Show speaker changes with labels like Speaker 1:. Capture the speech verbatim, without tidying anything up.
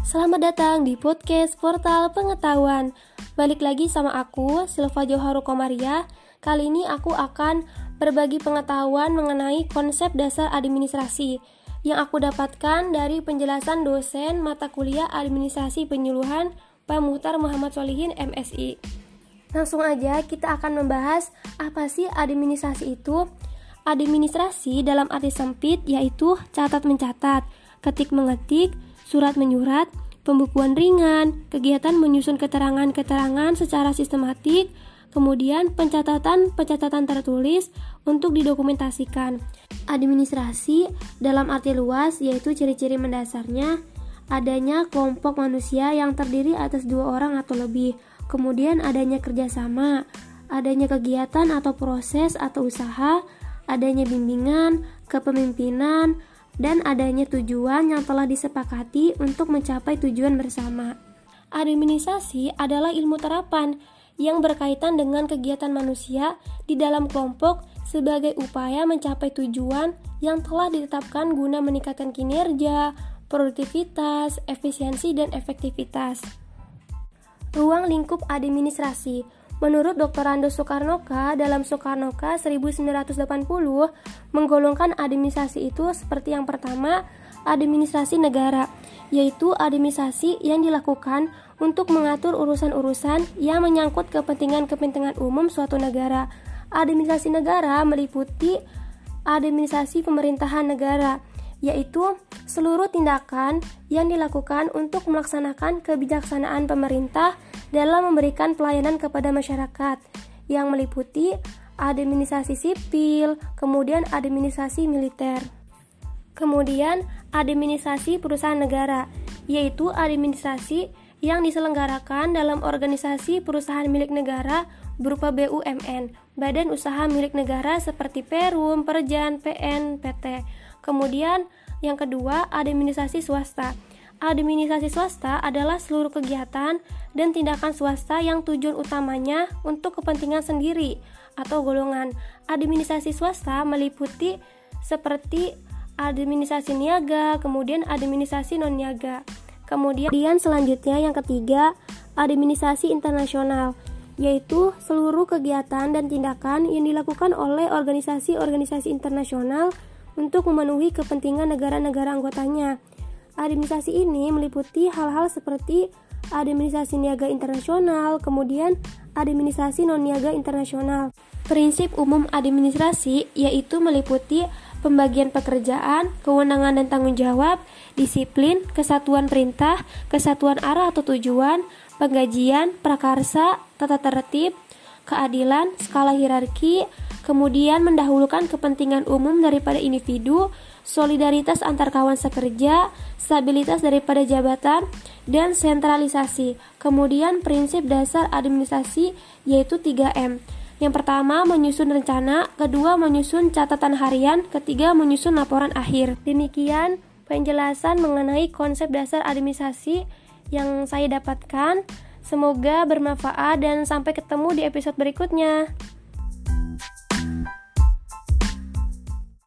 Speaker 1: Selamat datang di podcast Portal Pengetahuan. Balik lagi sama aku, Silva Joharo Komaria. Kali ini aku akan berbagi pengetahuan mengenai konsep dasar administrasi yang aku dapatkan dari penjelasan dosen mata kuliah Administrasi Penyuluhan Pak Muhtar Muhammad Solihin M Si. Langsung aja kita akan membahas apa sih administrasi itu. Administrasi dalam arti sempit yaitu catat mencatat, ketik mengetik, surat menyurat, pembukuan ringan, kegiatan menyusun keterangan-keterangan secara sistematik, kemudian pencatatan-pencatatan tertulis untuk didokumentasikan. Administrasi dalam arti luas yaitu ciri-ciri mendasarnya adanya kelompok manusia yang terdiri atas dua orang atau lebih, kemudian adanya kerjasama, adanya kegiatan atau proses atau usaha, adanya bimbingan, kepemimpinan, dan adanya tujuan yang telah disepakati untuk mencapai tujuan bersama. Administrasi adalah ilmu terapan yang berkaitan dengan kegiatan manusia di dalam kelompok sebagai upaya mencapai tujuan yang telah ditetapkan guna meningkatkan kinerja, produktivitas, efisiensi, dan efektivitas. Ruang lingkup administrasi. Menurut doktor Rando Soekarnoka, dalam Soekarnoka seribu sembilan ratus delapan puluh menggolongkan administrasi itu seperti yang pertama, administrasi negara, yaitu administrasi yang dilakukan untuk mengatur urusan-urusan yang menyangkut kepentingan-kepentingan umum suatu negara. Administrasi negara meliputi administrasi pemerintahan negara, yaitu seluruh tindakan yang dilakukan untuk melaksanakan kebijaksanaan pemerintah dalam memberikan pelayanan kepada masyarakat, yang meliputi administrasi sipil, kemudian administrasi militer, kemudian administrasi perusahaan negara, yaitu administrasi yang diselenggarakan dalam organisasi perusahaan milik negara berupa B U M N, badan usaha milik negara seperti Perum, Perjan, P N, P T. Kemudian yang kedua, administrasi swasta. Administrasi swasta adalah seluruh kegiatan dan tindakan swasta yang tujuan utamanya untuk kepentingan sendiri atau golongan. Administrasi swasta meliputi seperti administrasi niaga, kemudian administrasi non-niaga. Kemudian selanjutnya yang ketiga, administrasi internasional, yaitu seluruh kegiatan dan tindakan yang dilakukan oleh organisasi-organisasi internasional untuk memenuhi kepentingan negara-negara anggotanya. Administrasi ini meliputi hal-hal seperti administrasi niaga internasional, kemudian administrasi non-niaga internasional. Prinsip umum administrasi yaitu meliputi pembagian pekerjaan, kewenangan dan tanggung jawab, disiplin, kesatuan perintah, kesatuan arah atau tujuan, penggajian, prakarsa, tata tertib, keadilan, skala hierarki, kemudian mendahulukan kepentingan umum daripada individu, solidaritas antar kawan sekerja, stabilitas daripada jabatan, dan sentralisasi. Kemudian prinsip dasar administrasi yaitu tiga M. Yang pertama menyusun rencana, kedua menyusun catatan harian, ketiga menyusun laporan akhir. Demikian penjelasan mengenai konsep dasar administrasi yang saya dapatkan. Semoga bermanfaat dan sampai ketemu di episode berikutnya.